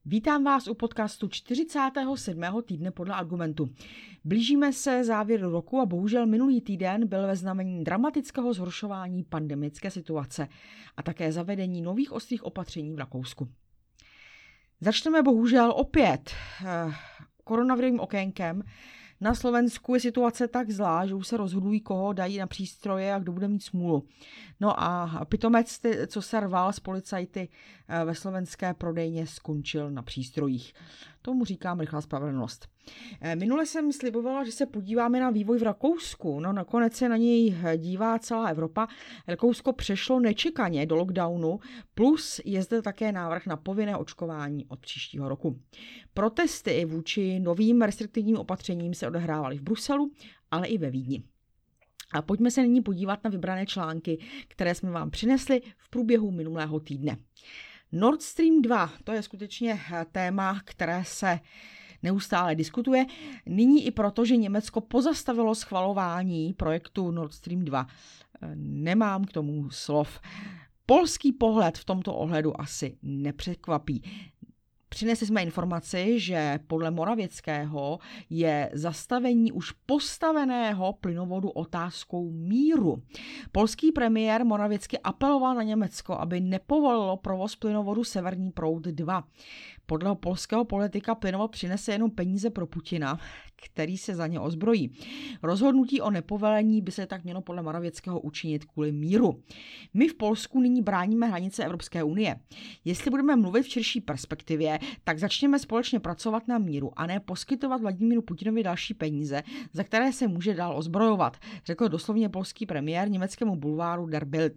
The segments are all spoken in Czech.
Vítám vás u podcastu 47. týdne podle Argumentu. Blížíme se závěru roku a bohužel minulý týden byl ve znamení dramatického zhoršování pandemické situace a také zavedení nových ostrých opatření v Rakousku. Začneme bohužel opět koronavirovým okénkem. Na Slovensku je situace tak zlá, že už se rozhodují, koho dají na přístroje a kdo bude mít smůlu. No a pitomec, co se rval s policajty ve slovenské prodejně, skončil na přístrojích. Tomu říkám rychlá spravedlnost. Minule jsem slibovala, že se podíváme na vývoj v Rakousku. No nakonec se na něj dívá celá Evropa. Rakousko přešlo nečekaně do lockdownu, plus je zde také návrh na povinné očkování od příštího roku. Protesty vůči novým restriktivním opatřením se odehrávaly v Bruselu, ale i ve Vídni. A pojďme se nyní podívat na vybrané články, které jsme vám přinesli v průběhu minulého týdne. Nord Stream 2, to je skutečně téma, které se neustále diskutuje. Nyní i proto, že Německo pozastavilo schvalování projektu Nord Stream 2. Nemám k tomu slov. Polský pohled v tomto ohledu asi nepřekvapí. Přinesli jsme informaci, že podle Morawieckiego je zastavení už postaveného plynovodu otázkou míru. Polský premiér Morawiecki apeloval na Německo, aby nepovolilo provoz plynovodu Severní proud 2. Podle polského politika plynovod přinese jenom peníze pro Putina, který se za ně ozbrojí. Rozhodnutí o nepovolení by se tak mělo podle Morawieckiego učinit kvůli míru. My v Polsku nyní bráníme hranice Evropské unie. Jestli budeme mluvit v širší perspektivě, tak začněme společně pracovat na míru a ne poskytovat Vladimíru Putinovi další peníze, za které se může dál ozbrojovat, řekl doslovně polský premiér německému bulváru Der Bild.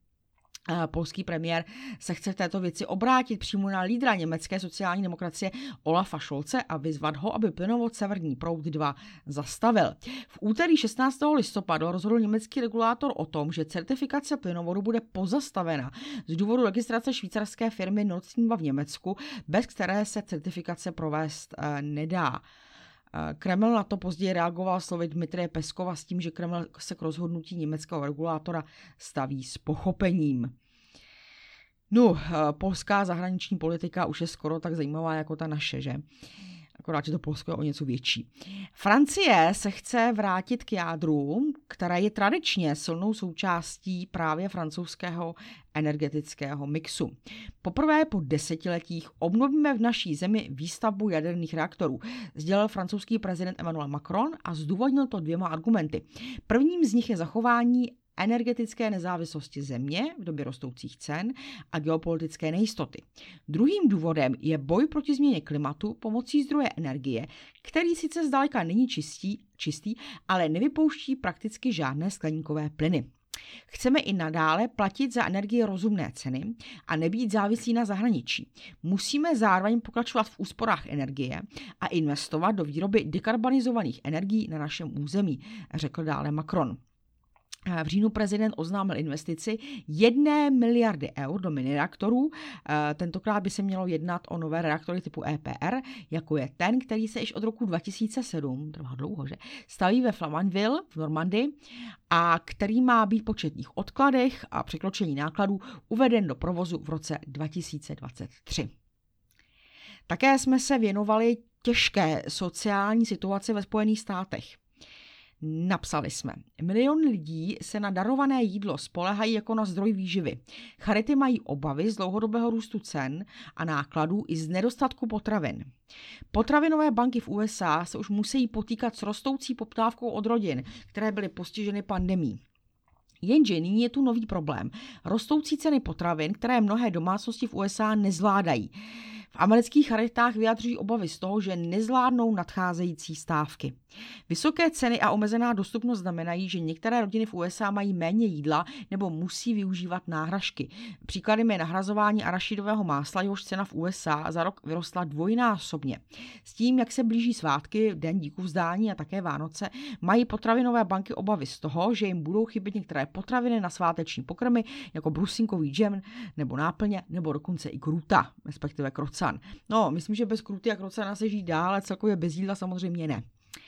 Polský premiér se chce v této věci obrátit přímo na lídra německé sociální demokracie Olafa Scholze a vyzvat ho, aby plynovod Severní proud 2 zastavil. V úterý 16. listopadu rozhodl německý regulátor o tom, že certifikace plynovodu bude pozastavena z důvodu registrace švýcarské firmy Nord Stream 2 v Německu, bez které se certifikace provést nedá. Kreml na to později reagoval slovy Dmitrije Peskova s tím, že Kreml se k rozhodnutí německého regulátora staví s pochopením. Polská zahraniční politika už je skoro tak zajímavá jako ta naše, že? Akorát, že to Polsko je o něco větší. Francie se chce vrátit k jádru, které je tradičně silnou součástí právě francouzského energetického mixu. Poprvé po desetiletích obnovíme v naší zemi výstavbu jaderných reaktorů, sdělil francouzský prezident Emmanuel Macron a zdůvodnil to 2 argumenty. Prvním z nich je zachování energetické nezávislosti země v době rostoucích cen a geopolitické nejistoty. Druhým důvodem je boj proti změně klimatu pomocí zdroje energie, který sice zdaleka není čistý, ale nevypouští prakticky žádné skleníkové plyny. Chceme i nadále platit za energie rozumné ceny a nebýt závislí na zahraničí. Musíme zároveň pokračovat v úsporách energie a investovat do výroby dekarbonizovaných energií na našem území, řekl dále Macron. V říjnu prezident oznámil investici 1 miliardy eur do minireaktorů. Tentokrát by se mělo jednat o nové reaktory typu EPR, jako je ten, který se již od roku 2007, trvá dlouho, že, staví ve Flamanville v Normandii a který má být po četných odkladech a překročení nákladů uveden do provozu v roce 2023. Také jsme se věnovali těžké sociální situaci ve Spojených státech. Napsali jsme, miliony lidí se na darované jídlo spoléhají jako na zdroj výživy. Charity mají obavy z dlouhodobého růstu cen a nákladů i z nedostatku potravin. Potravinové banky v USA se už musí potýkat s rostoucí poptávkou od rodin, které byly postiženy pandemií. Jenže nyní je tu nový problém. Rostoucí ceny potravin, které mnohé domácnosti v USA nezvládají. V amerických charitách vyjadřují obavy z toho, že nezvládnou nadcházející stávky. Vysoké ceny a omezená dostupnost znamenají, že některé rodiny v USA mají méně jídla nebo musí využívat náhražky. Příkladem je nahrazování arašidového másla, jehož cena v USA za rok vyrostla dvojnásobně. S tím, jak se blíží svátky, Den díku vzdání a také Vánoce, mají potravinové banky obavy z toho, že jim budou chybět některé potraviny na sváteční pokrmy, jako brusinkový džem nebo náplně, nebo dokonce i kruta, respektive krocan. No, myslím, že bez kruty a krocana se žít dá, ale celkově bez jídla samozřejmě ne.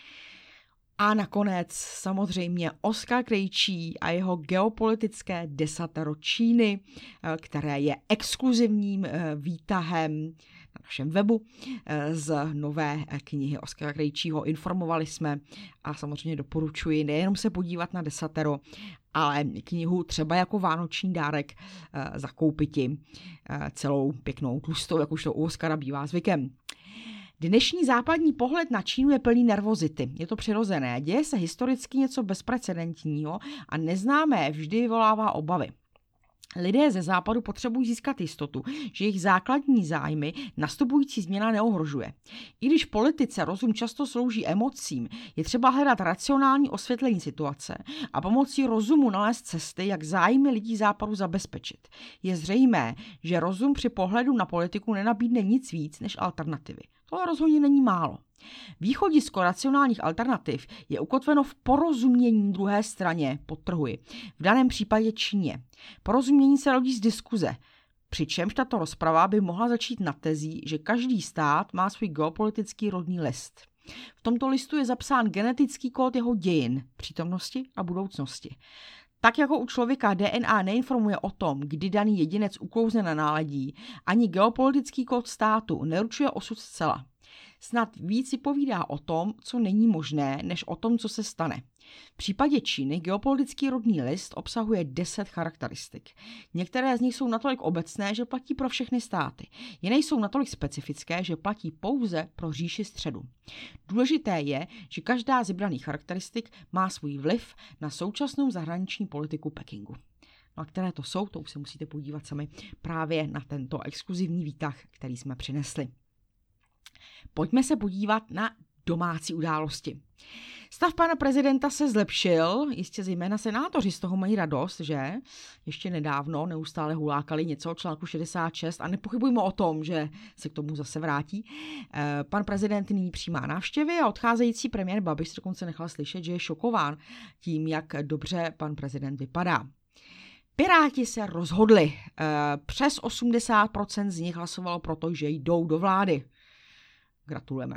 A nakonec samozřejmě Oskar Krejčí a jeho geopolitické desatero Číny, které je exkluzivním výtahem našem webu z nové knihy Oskara Krejčího. Informovali jsme a samozřejmě doporučuji nejenom se podívat na Desatero, ale knihu třeba jako vánoční dárek zakoupiti celou pěknou tlustou, jak už to u Oskara bývá zvykem. Dnešní západní pohled na Čínu je plný nervozity. Je to přirozené. Děje se historicky něco bezprecedentního a neznámé vždy vyvolává obavy. Lidé ze západu potřebují získat jistotu, že jejich základní zájmy nastupující změna neohrožuje. I když v politice rozum často slouží emocím, je třeba hledat racionální osvětlení situace a pomocí rozumu nalézt cesty, jak zájmy lidí západu zabezpečit. Je zřejmé, že rozum při pohledu na politiku nenabídne nic víc než alternativy. To rozhodně není málo. Východisko racionálních alternativ je ukotveno v porozumění druhé straně, podtrhuji, v daném případě Číně. Porozumění se rodí z diskuze, přičemž tato rozprava by mohla začít na tezí, že každý stát má svůj geopolitický rodný list. V tomto listu je zapsán genetický kód jeho dějin, přítomnosti a budoucnosti. Tak jako u člověka DNA neinformuje o tom, kdy daný jedinec uklouzne na náledí, ani geopolitický kód státu neručuje osud zcela. Snad víc si povídá o tom, co není možné, než o tom, co se stane. V případě Číny geopolitický rodný list obsahuje 10 charakteristik. Některé z nich jsou natolik obecné, že platí pro všechny státy. Jiné jsou natolik specifické, že platí pouze pro říši středu. Důležité je, že každá z vybraných charakteristik má svůj vliv na současnou zahraniční politiku Pekingu. No a které to jsou, to už se musíte podívat sami právě na tento exkluzivní výtah, který jsme přinesli. Pojďme se podívat na domácí události. Stav pana prezidenta se zlepšil, jistě zejména senátoři z toho mají radost, že ještě nedávno neustále hulákali něco o článku 66 a nepochybujme o tom, že se k tomu zase vrátí. Pan prezident nyní přijímá návštěvy a odcházející premiér Babiš dokonce nechal slyšet, že je šokován tím, jak dobře pan prezident vypadá. Piráti se rozhodli. Přes 80% z nich hlasovalo proto, že jdou do vlády. Gratulujeme.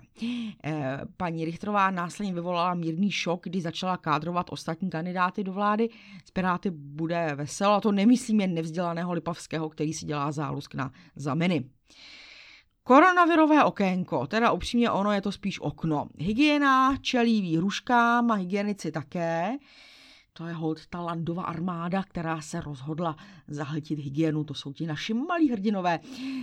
Paní Richterová následně vyvolala mírný šok, kdy začala kádrovat ostatní kandidáty do vlády. Z Piráty bude veselo, a to nemyslím jen nevzdělaného Lipavského, který si dělá zálusk na zameny. Koronavirové okénko, teda upřímně ono je to spíš okno. Hygiena čelí výhruškám a hygienici také. To je holt ta Landova armáda, která se rozhodla zahltit hygienu. To jsou ti naši malí hrdinové.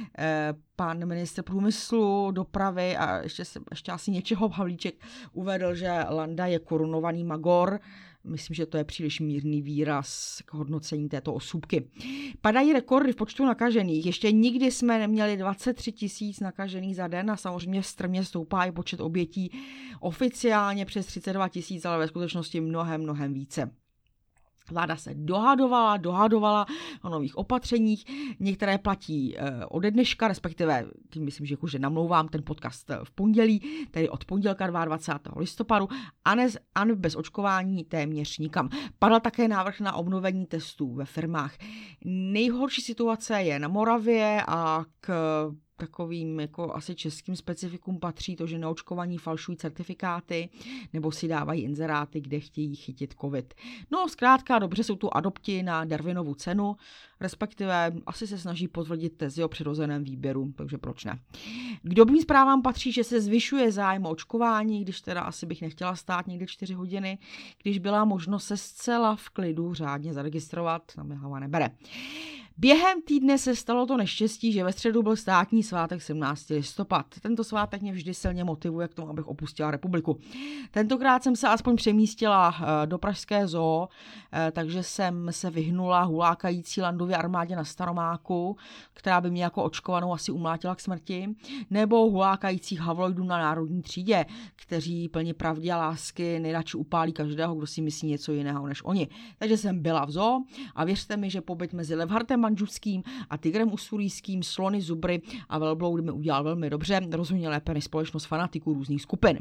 Pan ministr průmyslu, dopravy a ještě asi něčeho Havlíček uvedl, že Landa je korunovaný magor. Myslím, že to je příliš mírný výraz k hodnocení této osůbky. Padají rekordy v počtu nakažených. Ještě nikdy jsme neměli 23 000 nakažených za den a samozřejmě strmě stoupá i počet obětí. Oficiálně přes 32 000, ale ve skutečnosti mnohem více. Vláda se dohadovala o nových opatřeních, některé platí ode dneška, respektive tím myslím, že namlouvám ten podcast v pondělí, tedy od pondělka 22. listopadu, a bez očkování téměř nikam. Padl také návrh na obnovení testů ve firmách. Nejhorší situace je na Moravě a k takovým jako asi českým specifikům patří to, že neočkovaní falšují certifikáty nebo si dávají inzeráty, kde chtějí chytit covid. No zkrátka dobře, jsou tu adopti na Darwinovu cenu, respektive asi se snaží potvrdit tezi o přirozeném výběru, takže proč ne. K dobrým zprávám patří, že se zvyšuje zájem o očkování, když teda asi bych nechtěla stát někde 4 hodiny, když byla možnost se zcela v klidu řádně zaregistrovat, na mě hlava nebere. Během týdne se stalo to neštěstí, že ve středu byl státní svátek 17. listopad. Tento svátek mě vždy silně motivuje k tomu, abych opustila republiku. Tentokrát jsem se aspoň přemístila do pražské zoo, takže jsem se vyhnula hulákající Landově armádě na Staromáku, která by mě jako očkovanou asi umlátila k smrti, nebo hulákajících havloidů na Národní třídě, kteří plně pravdy a lásky nejradši upálí každého, kdo si myslí něco jiného než oni. Takže jsem byla v zoo a věřte mi, že pobyt mezi Levhartem manžuským a tigrem usurijským, slony, zubry a velbloudy mi udělal velmi dobře, rozhodně lépe než společnost fanatiků různých skupin.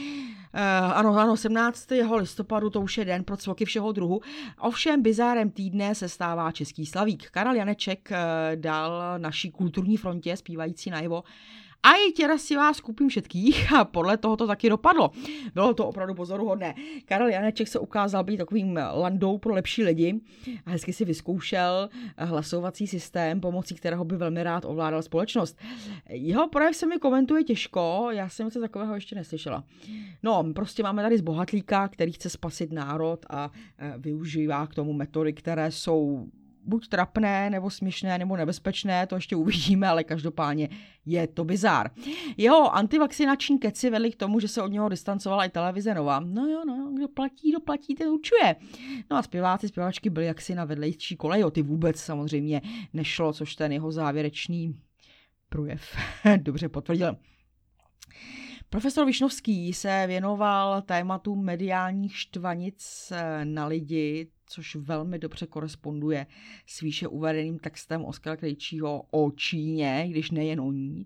Ano, 17. listopadu to už je den pro cvoky všeho druhu. Ovšem bizárem týdne se stává český slavík. Karel Janeček dal naší kulturní frontě zpívající najevo, A i těra si vás skupím všetkých a podle toho to taky dopadlo. Bylo to opravdu pozoruhodné. Karel Janeček se ukázal být takovým landou pro lepší lidi a hezky si vyzkoušel hlasovací systém, pomocí kterého by velmi rád ovládal společnost. Jeho projev se mi komentuje těžko, já jsem něco takového ještě neslyšela. No, prostě máme tady zbohatlíka, který chce spasit národ a využívá k tomu metody, které jsou buď trapné, nebo směšné, nebo nebezpečné, to ještě uvidíme, ale každopádně je to bizár. Jeho antivakcinační keci vedly k tomu, že se od něho distancovala i televize Nova. No jo, kdo platí, ten určuje. No a zpěvačky byly jaksi na vedlejší koleji, o ty vůbec samozřejmě nešlo, což ten jeho závěrečný projev dobře potvrdil. Profesor Višnovský se věnoval tématu mediálních štvanic na lidi, což velmi dobře koresponduje s výše uvedeným textem Oskara Krejčího o Číně, když nejen o ní.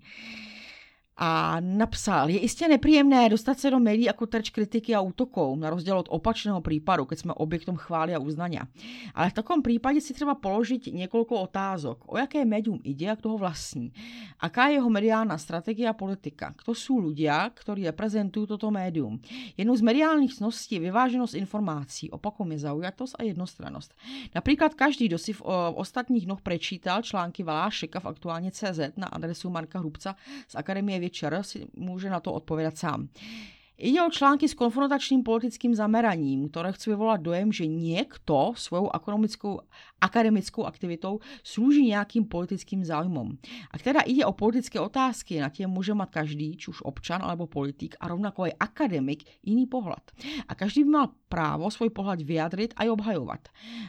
A napsal, je jistě nepříjemné dostat se do médií jako terč kritiky a útoků, na rozdíl od opačného případu, keď jsme objektom chvály a uznania. Ale v takovém případě si třeba položit několik otázok. O jaké médium ide a kdo ho vlastní? Aká je jeho mediálna strategie a politika? Kto sú ľudia, ktorí reprezentujú toto médium? Jednou z mediálních cností je vyváženost informací, opakom je zaujatost a jednostrannost. Například každý, kdo si v ostatních dnoch prečítal články Valášeka v aktuálně CZ na adresu Marka Hrubca z Akademie Večer, si může na to odpovědat sám. Ide o články s konfrontačným politickým zameraním, ktoré chcú vyvolať dojem, že niekto svojou akademickou aktivitou slúži nejakým politickým záujmom. Ak teda ide o politické otázky, na tie môže mať každý, či už občan alebo politik a rovnako aj akademik, iný pohľad. A každý by mal právo svoj pohľad vyjadriť aj obhajovať.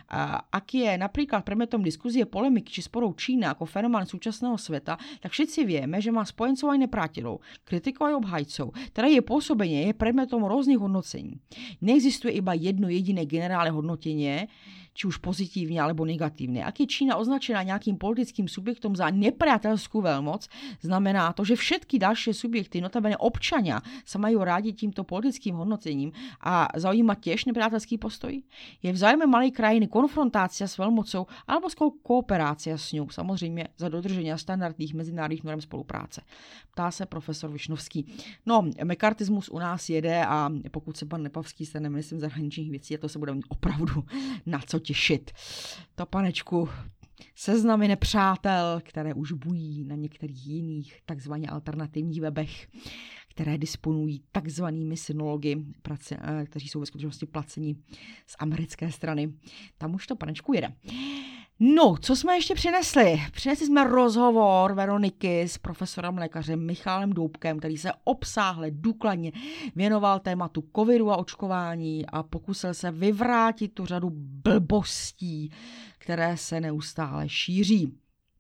Ak je napríklad predmetom diskuzie polemiky či sporov Čína ako fenomén súčasného sveta, tak všetci vieme, že má spojencov aj nepriateľov, kritikov aj obhajcov. Teda je pôsobenie je predmetom rôznych hodnocení. Neexistuje iba jedno jediné generálne hodnotenie, či už pozitívne alebo negatívne. Ak je Čína označená nejakým politickým subjektom za nepriateľskú veľmoc, znamená to, že všetky ďalšie subjekty, notabene občania, sa majú rádiť týmto politickým hodnocením a zaujímať tiež nepriateľský postoj? Je v záujme malej krajiny konfrontácia s veľmocou alebo skôr kooperácia s ňou, samozrejme za dodrženia standardných medzinárodných norm spolupráce. Ptá se profesor Višnovský. No, mekartismus u nás jede a pokud se pan Nepavský stane ministrem zahraničních věcí, a to se bude opravdu na co těšit. To, panečku, seznamy nepřátel, které už bují na některých jiných takzvaně alternativních webech, které disponují takzvanými synology, kteří jsou ve skutečnosti placeni z americké strany. Tam už to, panečku, jede. No, co jsme ještě přinesli? Přinesli jsme rozhovor Veroniky s profesorem lékařem Michalem Doubkem, který se obsáhle, důkladně věnoval tématu covidu a očkování a pokusil se vyvrátit tu řadu blbostí, které se neustále šíří.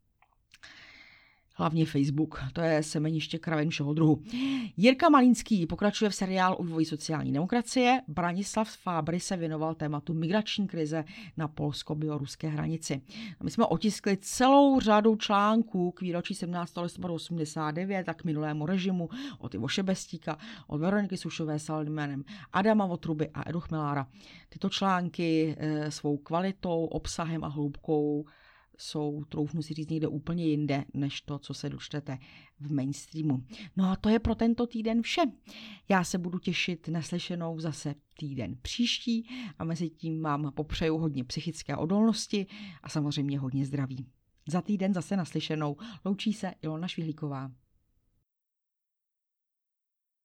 Hlavně Facebook, to je semeniště kravin všeho druhu. Jirka Malínský pokračuje v seriálu o vývoji sociální demokracie. Branislav Fábry se věnoval tématu migrační krize na polsko-běloruské hranici. My jsme otiskli celou řadu článků k výročí 17. listopadu 89 a k minulému režimu od Ivo Šebestíka, od Veroniky Sušové s jménem Adama Votruby a Edu Chmelára. Tyto články svou kvalitou, obsahem a hloubkou jsou, troufnu si říct, někde úplně jinde, než to, co se dočtete v mainstreamu. No a to je pro tento týden vše. Já se budu těšit na slyšenou zase týden příští a mezi tím vám popřeju hodně psychické odolnosti a samozřejmě hodně zdraví. Za týden zase naslyšenou. Loučí se Ilona Švihlíková.